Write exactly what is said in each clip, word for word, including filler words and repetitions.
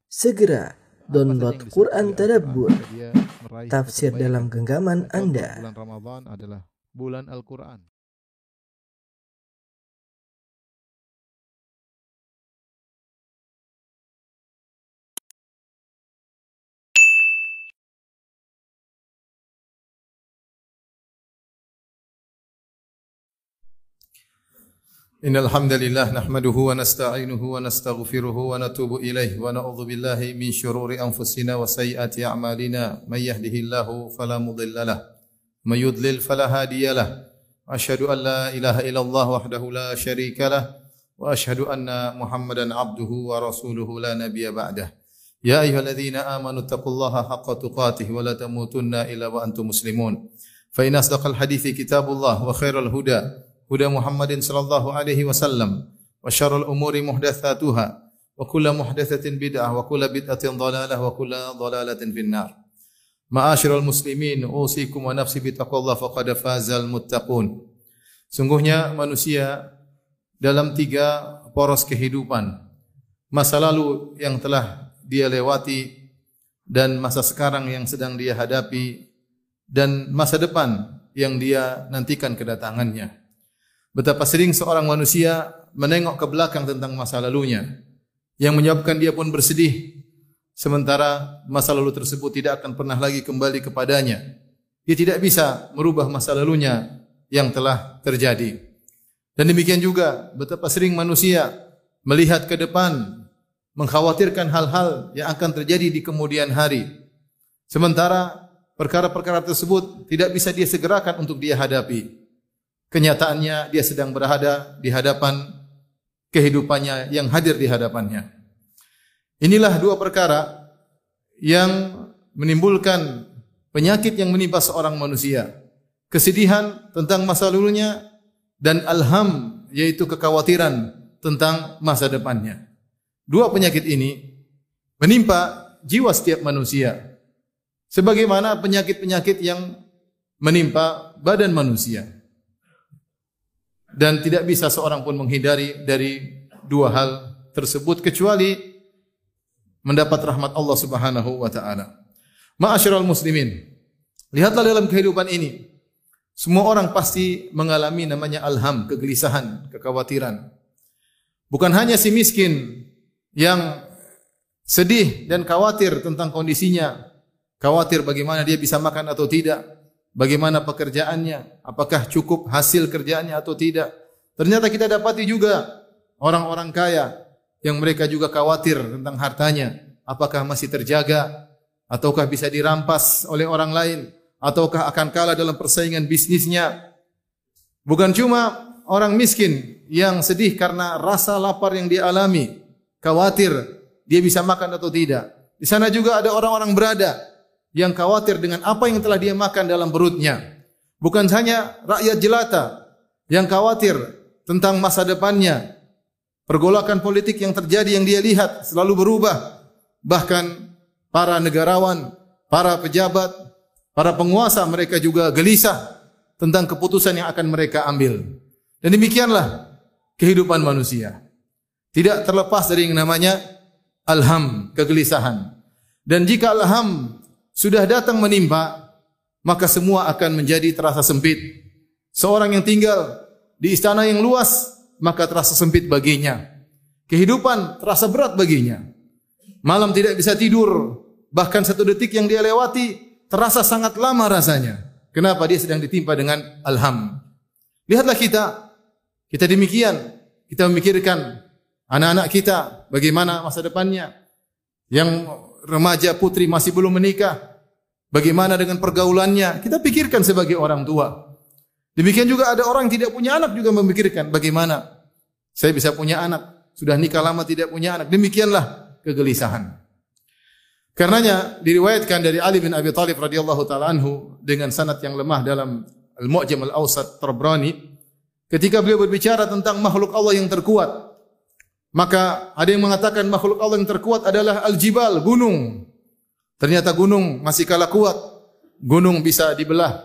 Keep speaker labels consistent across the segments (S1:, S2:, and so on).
S1: Segera download Quran Tadabbur, tafsir dalam genggaman Anda.
S2: Bulan Ramadan adalah bulan Al-Quran. Innal hamdalillah nahmaduhu wa nasta'inuhu wa nastaghfiruhu wa natubu ilayhi wa na'udzu billahi min shururi anfusina wa sayyiati a'malina may yahdihillahu fala mudilla lahu may yudlil fala hadiya lahu asyhadu an la ilaha illallah wahdahu la syarika lahu wa asyhadu anna Muhammadan abduhu wa rasuluhu la nabiyya ba'dah. Ya ayyuhalladzina amanu taqullaha haqqa tuqatih wa la tamutunna illa wa antum muslimun. Fa in asdaqal hadithi kitabullah wa khairal huda huda Muhammadin sallallahu alaihi wasallam wa syarrul umuri muhdatsatuha wa kullu muhdatsatin bid'ah wa kullu bid'atin dhalalah wa kullu dhalalatin finnar. Ma'asyiral muslimin, usikum wa nafsi bittaqwallah faqad fazal muttaqun. Sungguhnya manusia dalam tiga poros kehidupan, masa lalu yang telah dia lewati dan masa sekarang yang sedang dia hadapi dan masa depan yang dia nantikan kedatangannya. Betapa sering seorang manusia menengok ke belakang tentang masa lalunya yang menyebabkan dia pun bersedih, sementara masa lalu tersebut tidak akan pernah lagi kembali kepadanya. Dia tidak bisa merubah masa lalunya yang telah terjadi. Dan demikian juga betapa sering manusia melihat ke depan, mengkhawatirkan hal-hal yang akan terjadi di kemudian hari, sementara perkara-perkara tersebut tidak bisa dia segerakan untuk dia hadapi. Kenyataannya dia sedang berada di hadapan kehidupannya yang hadir di hadapannya. Inilah dua perkara yang menimbulkan penyakit yang menimpa seorang manusia. Kesedihan tentang masa lalunya dan alham, yaitu kekhawatiran tentang masa depannya. Dua penyakit ini menimpa jiwa setiap manusia, sebagaimana penyakit-penyakit yang menimpa badan manusia. Dan tidak bisa seorang pun menghindari dari dua hal tersebut kecuali mendapat rahmat Allah Subhanahu wa taala. Ma'asyiral muslimin, lihatlah dalam kehidupan ini, semua orang pasti mengalami namanya alham, kegelisahan, kekhawatiran. Bukan hanya si miskin yang sedih dan khawatir tentang kondisinya, khawatir bagaimana dia bisa makan atau tidak, bagaimana pekerjaannya, apakah cukup hasil kerjaannya atau tidak. Ternyata kita dapati juga orang-orang kaya yang mereka juga khawatir tentang hartanya, apakah masih terjaga, ataukah bisa dirampas oleh orang lain, ataukah akan kalah dalam persaingan bisnisnya. Bukan cuma orang miskin yang sedih karena rasa lapar yang dia alami, khawatir dia bisa makan atau tidak. Di sana juga ada orang-orang berada yang khawatir dengan apa yang telah dia makan dalam perutnya. Bukan hanya rakyat jelata yang khawatir tentang masa depannya. Pergolakan politik yang terjadi yang dia lihat selalu berubah. Bahkan para negarawan, para pejabat, para penguasa, mereka juga gelisah tentang keputusan yang akan mereka ambil. Dan demikianlah kehidupan manusia. Tidak terlepas dari yang namanya alham, kegelisahan. Dan jika alham sudah datang menimpa, maka semua akan menjadi terasa sempit. Seorang yang tinggal di istana yang luas, maka terasa sempit baginya. Kehidupan terasa berat baginya. Malam tidak bisa tidur, bahkan satu detik yang dia lewati terasa sangat lama rasanya. Kenapa? Dia sedang ditimpa dengan alham. Lihatlah kita, kita demikian. Kita memikirkan anak-anak kita, bagaimana masa depannya. Yang remaja putri masih belum menikah, bagaimana dengan pergaulannya? Kita pikirkan sebagai orang tua. Demikian juga ada orang yang tidak punya anak juga memikirkan bagaimana saya bisa punya anak, sudah nikah lama tidak punya anak. Demikianlah kegelisahan. Karenanya diriwayatkan dari Ali bin Abi Thalib radhiyallahu taala anhu dengan sanad yang lemah dalam Al-Mu'jam Al-Awsat Tabrani, ketika beliau berbicara tentang makhluk Allah yang terkuat, maka ada yang mengatakan makhluk Allah yang terkuat adalah al-jibal, gunung. Ternyata gunung masih kalah kuat. Gunung bisa dibelah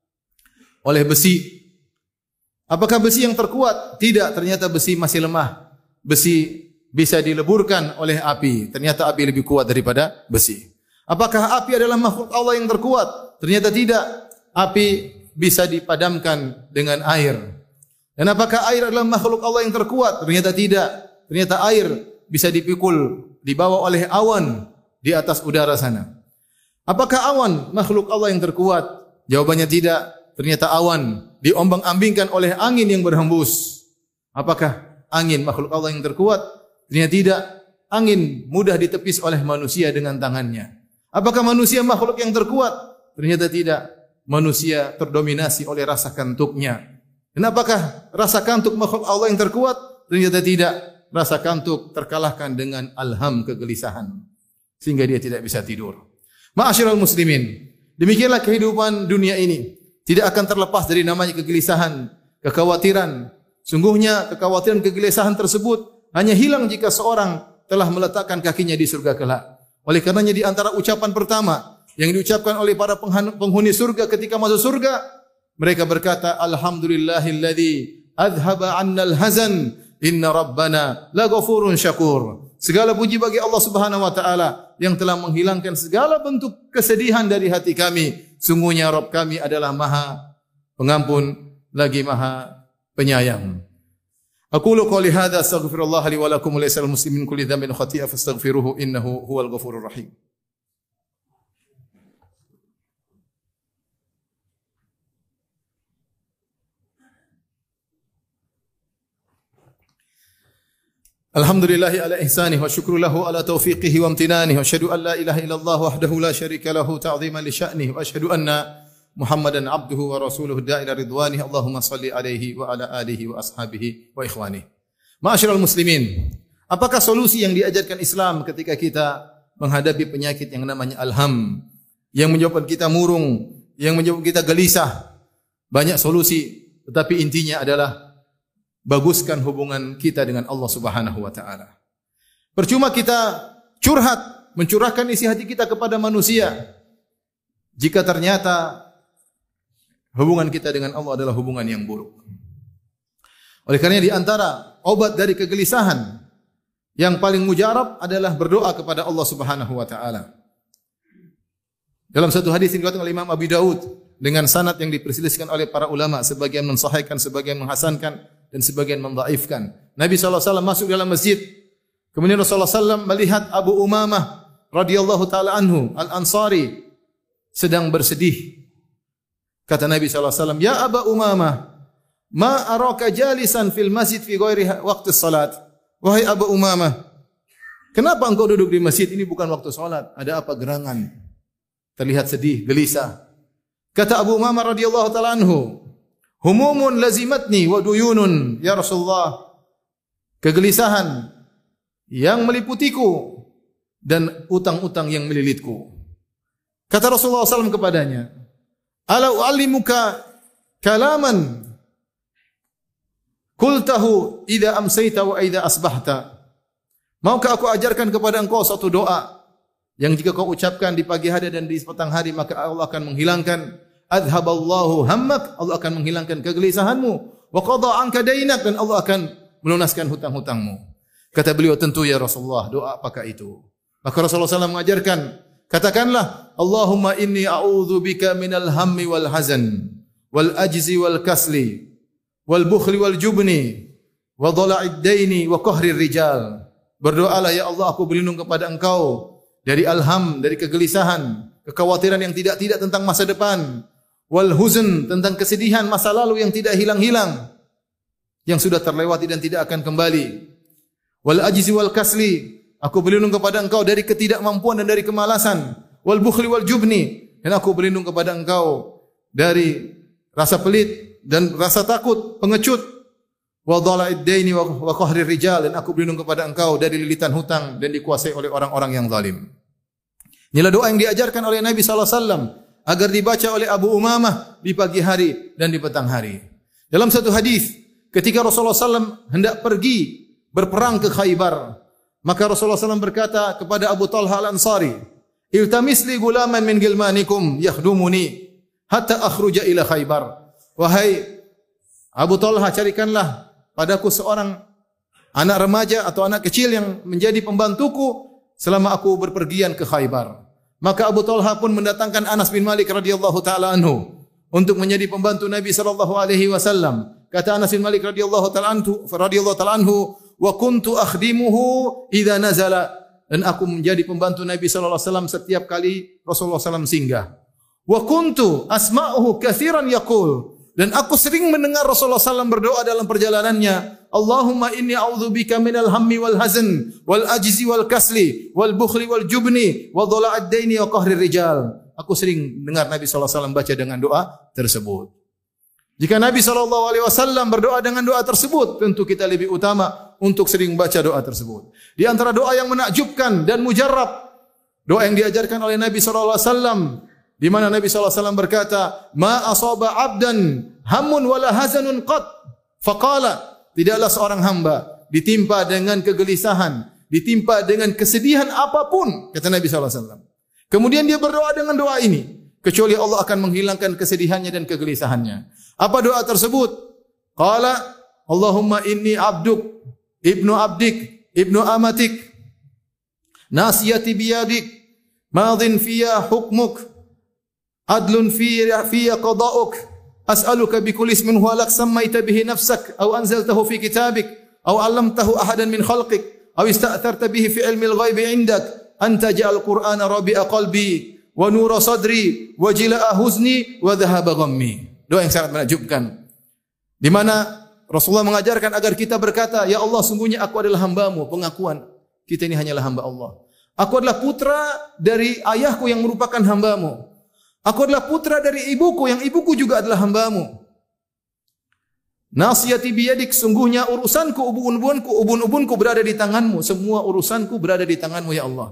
S2: oleh besi. Apakah besi yang terkuat? Tidak, ternyata besi masih lemah. Besi bisa dileburkan oleh api. Ternyata api lebih kuat daripada besi. Apakah api adalah makhluk Allah yang terkuat? Ternyata tidak. Api bisa dipadamkan dengan air. Dan apakah air adalah makhluk Allah yang terkuat? Ternyata tidak. Ternyata air bisa dipikul, dibawa oleh awan di atas udara sana. Apakah awan makhluk Allah yang terkuat? Jawabannya tidak. Ternyata awan diombang-ambingkan oleh angin yang berhembus. Apakah angin makhluk Allah yang terkuat? Ternyata tidak. Angin mudah ditepis oleh manusia dengan tangannya. Apakah manusia makhluk yang terkuat? Ternyata tidak. Manusia terdominasi oleh rasa kantuknya. Dan apakah rasa kantuk makhluk Allah yang terkuat? Ternyata tidak. Rasa kantuk terkalahkan dengan alham, kegelisahan. Sehingga dia tidak bisa tidur. Ma'asyiral muslimin, demikianlah kehidupan dunia ini. Tidak akan terlepas dari namanya kegelisahan, kekhawatiran. Sungguhnya kekhawatiran, kegelisahan tersebut hanya hilang jika seorang telah meletakkan kakinya di surga kelak. Oleh karenanya di antara ucapan pertama yang diucapkan oleh para penghuni surga ketika masuk surga, mereka berkata, Alhamdulillahilladzi adhaba 'annal hazan, inna rabbana laghafurun syakur. Segala puji bagi Allah Subhanahu wa taala yang telah menghilangkan segala bentuk kesedihan dari hati kami. Sungguhnya Rabb kami adalah Maha Pengampun lagi Maha Penyayang. Aqulu qouli hadza astaghfirullah li wa lakum wa lisal muslimin kulli dhanbin khati'a fastaghfiruhu innahu huwal ghafurur rahim. Alhamdulillahi ala ihsanih wa syukru lahu ala taufiqihi wa amtinanih wa asyhadu an la ilaha illallah wahdahu la syarika lahu ta'ziman li sya'nih wa asyhadu anna Muhammadan abduhu wa rasuluhu da'ila ridwanih. Allahumma salli alaihi wa ala alihi wa ashabihi wa ikhwanih. Ma'asyiral muslimin, apakah solusi yang diajarkan Islam ketika kita menghadapi penyakit yang namanya alham, yang menyebabkan kita murung, yang menyebabkan kita gelisah? Banyak solusi, tetapi intinya adalah baguskan hubungan kita dengan Allah Subhanahu wa taala. Percuma kita curhat, mencurahkan isi hati kita kepada manusia jika ternyata hubungan kita dengan Allah adalah hubungan yang buruk. Oleh karena di antara obat dari kegelisahan yang paling mujarab adalah berdoa kepada Allah Subhanahu wa taala. Dalam satu hadis yang diriwayatkan oleh Imam Abi Daud dengan sanad yang diperselisihkan oleh para ulama, sebagian mensahihkan, sebagian menghasankan, dan sebagian mendhaifkan. Nabi sallallahu alaihi wasallam masuk dalam masjid. Kemudian Rasulullah sallallahu alaihi wasallam melihat Abu Umamah radhiyallahu taala anhu Al-Ansari sedang bersedih. Kata Nabi sallallahu alaihi wasallam, "Ya Aba Umamah, ma araka jalisan fil masjid fi ghairi waqti salat." Wahai Abu Umamah, kenapa engkau duduk di masjid ini bukan waktu salat? Ada apa gerangan? Terlihat sedih, gelisah. Kata Abu Umamah radhiyallahu taala anhu, humumun lazimatni wa duyunun ya Rasulullah. Kegelisahan yang meliputiku dan utang-utang yang melilitku. Kata Rasulullah sallallahu alaihi wasallam kepadanya, ala u'allimuka kalaman qultahu idza amsayta wa idza asbahta. Maukah aku ajarkan kepada engkau satu doa yang jika kau ucapkan di pagi hari dan di petang hari maka Allah akan menghilangkan adhaballahu hammak, Allah akan menghilangkan kegelisahanmu, wa qada anka dainak, dan Allah akan melunaskan hutang-hutangmu. Kata beliau, tentu ya Rasulullah, doa apakah itu? Maka Rasulullah sallallahu alaihi wasallam mengajarkan, katakanlah, Allahumma inni a'udzu bika minal hammi wal hazan wal ajzi wal kasli wal bukhli wal jubni wa dhala'id daini wa qahrir rijal. Berdoalah, ya Allah, aku berlindung kepada engkau dari alham, dari kegelisahan, kekhawatiran yang tidak-tidak tentang masa depan, wal huzn, tentang kesedihan masa lalu yang tidak hilang-hilang, yang sudah terlewati dan tidak akan kembali. Wal ajzi wal kasli, aku berlindung kepada engkau dari ketidakmampuan dan dari kemalasan. Wal bukhli wal jubni, dan aku berlindung kepada engkau dari rasa pelit dan rasa takut, pengecut. Wa dhala'id daini wa qahrir rijal, dan aku berlindung kepada engkau dari lilitan hutang dan dikuasai oleh orang-orang yang zalim. Inilah doa yang diajarkan oleh Nabi sallallahu alaihi wasallam agar dibaca oleh Abu Umamah di pagi hari dan di petang hari. Dalam satu hadis, ketika Rasulullah sallallahu alaihi wasallam hendak pergi berperang ke Khaybar, maka Rasulullah sallallahu alaihi wasallam berkata kepada Abu Talha Al-Ansari, "Iltamis li gulaman min gilmanikum yakhdumuni hatta akhruja ila Khaybar." Wahai Abu Talha, carikanlah padaku seorang anak remaja atau anak kecil yang menjadi pembantuku selama aku berpergian ke Khaybar. Maka Abu Talha pun mendatangkan Anas bin Malik radhiyallahu taala anhu untuk menjadi pembantu Nabi sallallahu alaihi wasallam. Kata Anas bin Malik radhiyallahu taala anhu, radhiyallahu taala anhu, "Wa kuntu akhdimuhu idza nazala." Dan aku menjadi pembantu Nabi sallallahu alaihi wasallam setiap kali Rasulullah sallallahu alaihi wasallam singgah. Wa kuntu asma'uhu katsiran yaqul. Dan aku sering mendengar Rasulullah sallallahu alaihi wasallam berdoa dalam perjalanannya, "Allahumma inni a'udzubika minal hammi wal hazn wal ajzi wal kasli wal bukhli wal jubni wa dhala'id daini wa qahrir rijal." Aku sering dengar Nabi sallallahu alaihi wasallam baca dengan doa tersebut. Jika Nabi sallallahu alaihi wasallam berdoa dengan doa tersebut, tentu kita lebih utama untuk sering baca doa tersebut. Di antara doa yang menakjubkan dan mujarrab, doa yang diajarkan oleh Nabi sallallahu alaihi wasallam, di mana Nabi sallallahu alaihi wasallam berkata, "Ma asaba 'abdan hammun wala hazanun qat." Faqala, tidaklah seorang hamba ditimpa dengan kegelisahan, ditimpa dengan kesedihan apapun, kata Nabi sallallahu alaihi wasallam. Kemudian dia berdoa dengan doa ini, kecuali Allah akan menghilangkan kesedihannya dan kegelisahannya. Apa doa tersebut? Qala, "Allahumma inni abduk, ibnu abdik, ibnu amatik, nasiyati biyadik, madin fiyya hukmuk, adlun fiyya fiyya qada'uk, as'aluka bikulli ismin huwa lak sammaita bihi nafsak, aw anzaltahu fi kitabik, aw 'allamtahu ahadan min khalqik, aw ista'tharta bihi fi ilmi al-ghaibi 'indak, an taj'al Qur'ana rabi'a qalbi, wa nura sadri, wa jila'a huzni, wa dhahaba ghammi." Doa yang sangat menakjubkan, di mana Rasulullah mengajarkan agar kita berkata, "Ya Allah, sungguhnya aku adalah hamba-Mu." Pengakuan kita ini hanyalah hamba Allah. Aku adalah putra dari ayahku yang merupakan hamba-Mu. Aku adalah putra dari ibuku yang ibuku juga adalah hamba-Mu. Nasiyati biyadik, sungguhnya urusanku, ubun-ubunku, ubun-ubunku berada di tangan-Mu. Semua urusanku berada di tangan-Mu, ya Allah.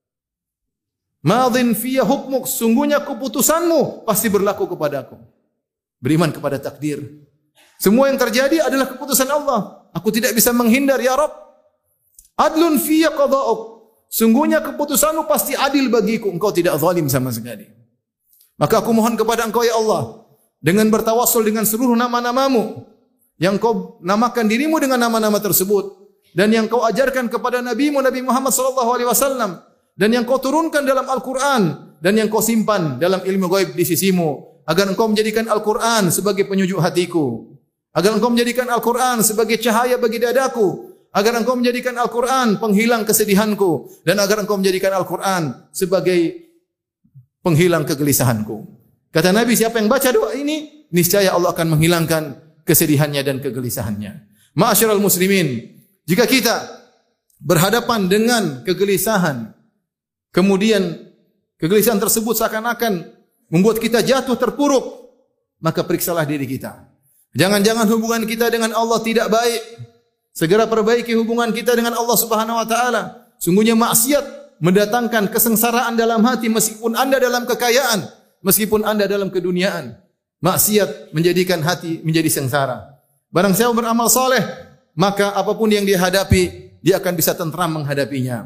S2: Madin fiyya hukmuk, sungguhnya keputusan-Mu pasti berlaku kepadaku. Beriman kepada takdir. Semua yang terjadi adalah keputusan Allah. Aku tidak bisa menghindar, ya Rabb. Adlun fiyya qada'uk, sungguhnya keputusanmu pasti adil bagiku. Engkau tidak zalim sama sekali. Maka aku mohon kepada Engkau, ya Allah, dengan bertawassul dengan seluruh nama-namamu, yang Kau namakan dirimu dengan nama-nama tersebut, dan yang Kau ajarkan kepada Nabi-Mu Nabi Muhammad sallallahu alaihi wasallam, dan yang Kau turunkan dalam Al-Quran, dan yang Kau simpan dalam ilmu gaib di sisimu, agar Engkau menjadikan Al-Quran sebagai penyujuk hatiku, agar Engkau menjadikan Al-Quran sebagai cahaya bagi dadaku, agar Engkau menjadikan Al-Quran penghilang kesedihanku, dan agar Engkau menjadikan Al-Quran sebagai penghilang kegelisahanku. Kata Nabi, siapa yang baca doa ini, niscaya Allah akan menghilangkan kesedihannya dan kegelisahannya. Ma'asyiral muslimin, jika kita berhadapan dengan kegelisahan, kemudian kegelisahan tersebut seakan-akan membuat kita jatuh terpuruk, maka periksalah diri kita. Jangan-jangan hubungan kita dengan Allah tidak baik. Segera perbaiki hubungan kita dengan Allah Subhanahu wa taala. Sungguhnya maksiat mendatangkan kesengsaraan dalam hati, meskipun Anda dalam kekayaan, meskipun Anda dalam keduniaan. Maksiat menjadikan hati menjadi sengsara. Barang siapa beramal saleh, maka apapun yang dia hadapi, dia akan bisa tentram menghadapinya.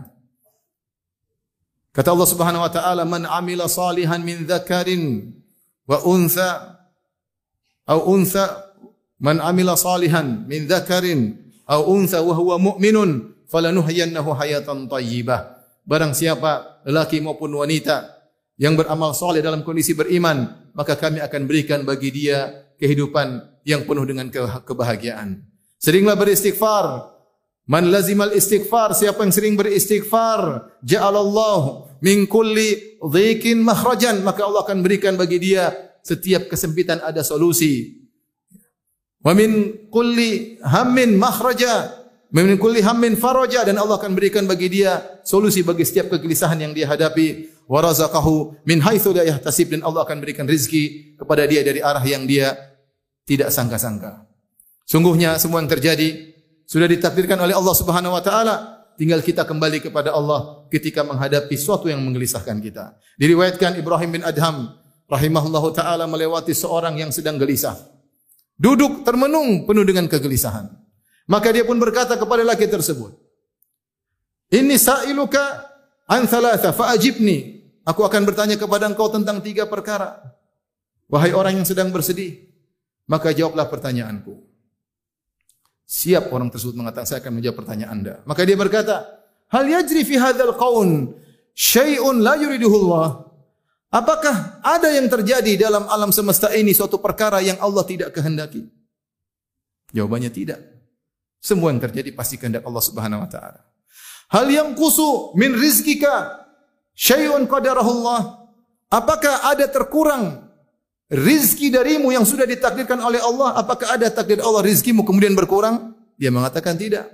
S2: Kata Allah Subhanahu wa taala, "Man 'amila salihan min dzakarin wa untha aw untha man 'amila salihan min dzakarin aw untha wa huwa mu'minun falanuhyiyannahu hayatan thayyibah." Barang siapa lelaki maupun wanita yang beramal saleh dalam kondisi beriman, maka kami akan berikan bagi dia kehidupan yang penuh dengan kebahagiaan. Seringlah beristighfar. Man lazimal istighfar, siapa yang sering beristighfar, ja'alallahu min kulli dhiqin makhrajan, maka Allah akan berikan bagi dia setiap kesempitan ada solusi. Wa min kulli hammin makhraja, min kulli hammin faraja, dan Allah akan berikan bagi dia solusi bagi setiap kegelisahan yang dia hadapi. Wa razaqahu min haitsu la yahtasib, dan Allah akan berikan rezeki kepada dia dari arah yang dia tidak sangka-sangka. Sungguhnya semua yang terjadi sudah ditakdirkan oleh Allah Subhanahu wa taala, tinggal kita kembali kepada Allah ketika menghadapi sesuatu yang menggelisahkan kita. Diriwayatkan Ibrahim bin Adham rahimahullahu taala melewati seorang yang sedang gelisah. Duduk termenung penuh dengan kegelisahan. Maka dia pun berkata kepada laki tersebut, "Inni sa'iluka an thalatha fa'ajibni." Aku akan bertanya kepada engkau tentang tiga perkara. Wahai orang yang sedang bersedih, maka jawablah pertanyaanku. Siap orang tersebut mengatakan, saya akan menjawab pertanyaan Anda. Maka dia berkata, hal yajri fi hadzal qaun syai'un la yuridullah? Apakah ada yang terjadi dalam alam semesta ini suatu perkara yang Allah tidak kehendaki? Jawabannya tidak. Semua yang terjadi pasti kehendak Allah Subhanahu wa taala. Hal yang kusu min rizkika syai'un qadarahullah? Apakah ada terkurang rizki darimu yang sudah ditakdirkan oleh Allah? Apakah ada takdir Allah rizkimu kemudian berkurang? Dia mengatakan tidak.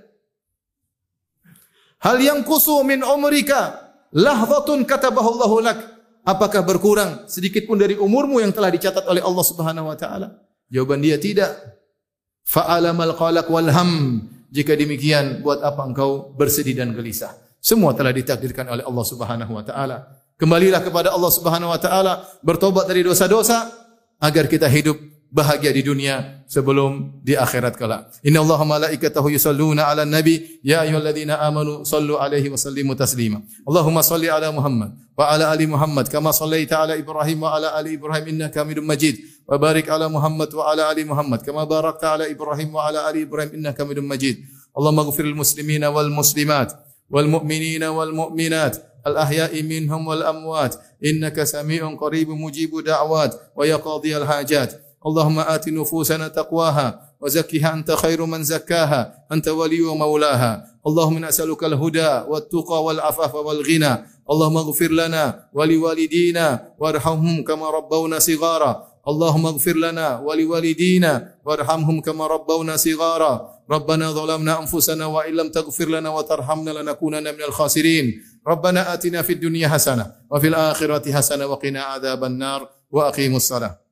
S2: Hal yang kusu min umrika lahzatun katabahullahu lak? Apakah berkurang sedikit pun dari umurmu yang telah dicatat oleh Allah Subhanahu wa taala? Jawaban dia tidak. Fa'alamal qalaq wal ham. Jika demikian, buat apa engkau bersedih dan gelisah? Semua telah ditakdirkan oleh Allah Subhanahu wa taala. Kembalilah kepada Allah Subhanahu wa taala, bertobat dari dosa-dosa agar kita hidup bahagia di dunia sebelum di akhirat kelak. Innallaha malaikatahu yusalluna 'alan nabi ya ayyuhalladzina amanu sallu 'alaihi wa sallimu taslima. Allahumma salli 'ala Muhammad wa 'ala ali Muhammad kama shallaita 'ala Ibrahim wa 'ala ali Ibrahim innaka Hamidum Majid. Wa barik 'ala Muhammad wa 'ala ali Muhammad kama barakta 'ala Ibrahim wa 'ala ali Ibrahim innaka Hamidum Majid. Allahumma ighfir lil muslimina wal muslimat wal mu'minina wal mu'minat al ahya'i minhum wal amwat innaka sami'un qaribun mujibud da'wat wa ya qadhiyal hajat. Allahumma ati nufusana taqwaha wa zakkiha anta khairu man zakkaha anta waliyyu wa maulaha. Allahumma nas'aluka al-huda wat tuqa wal afafa wal ghina. Allahumma ighfir lana wa liwalidina warhamhum kama rabbawna shighara. Allahumma ighfir lana wa liwalidina warhamhum kama rabbawna shighara. Rabbana zalamna anfusana wa illam taghfir lana wa tarhamna lanakunanna minal khasirin. Rabbana atina fid dunya hasanah wa fil akhirati hasanah wa qina adzaban nar wa aqimus salah.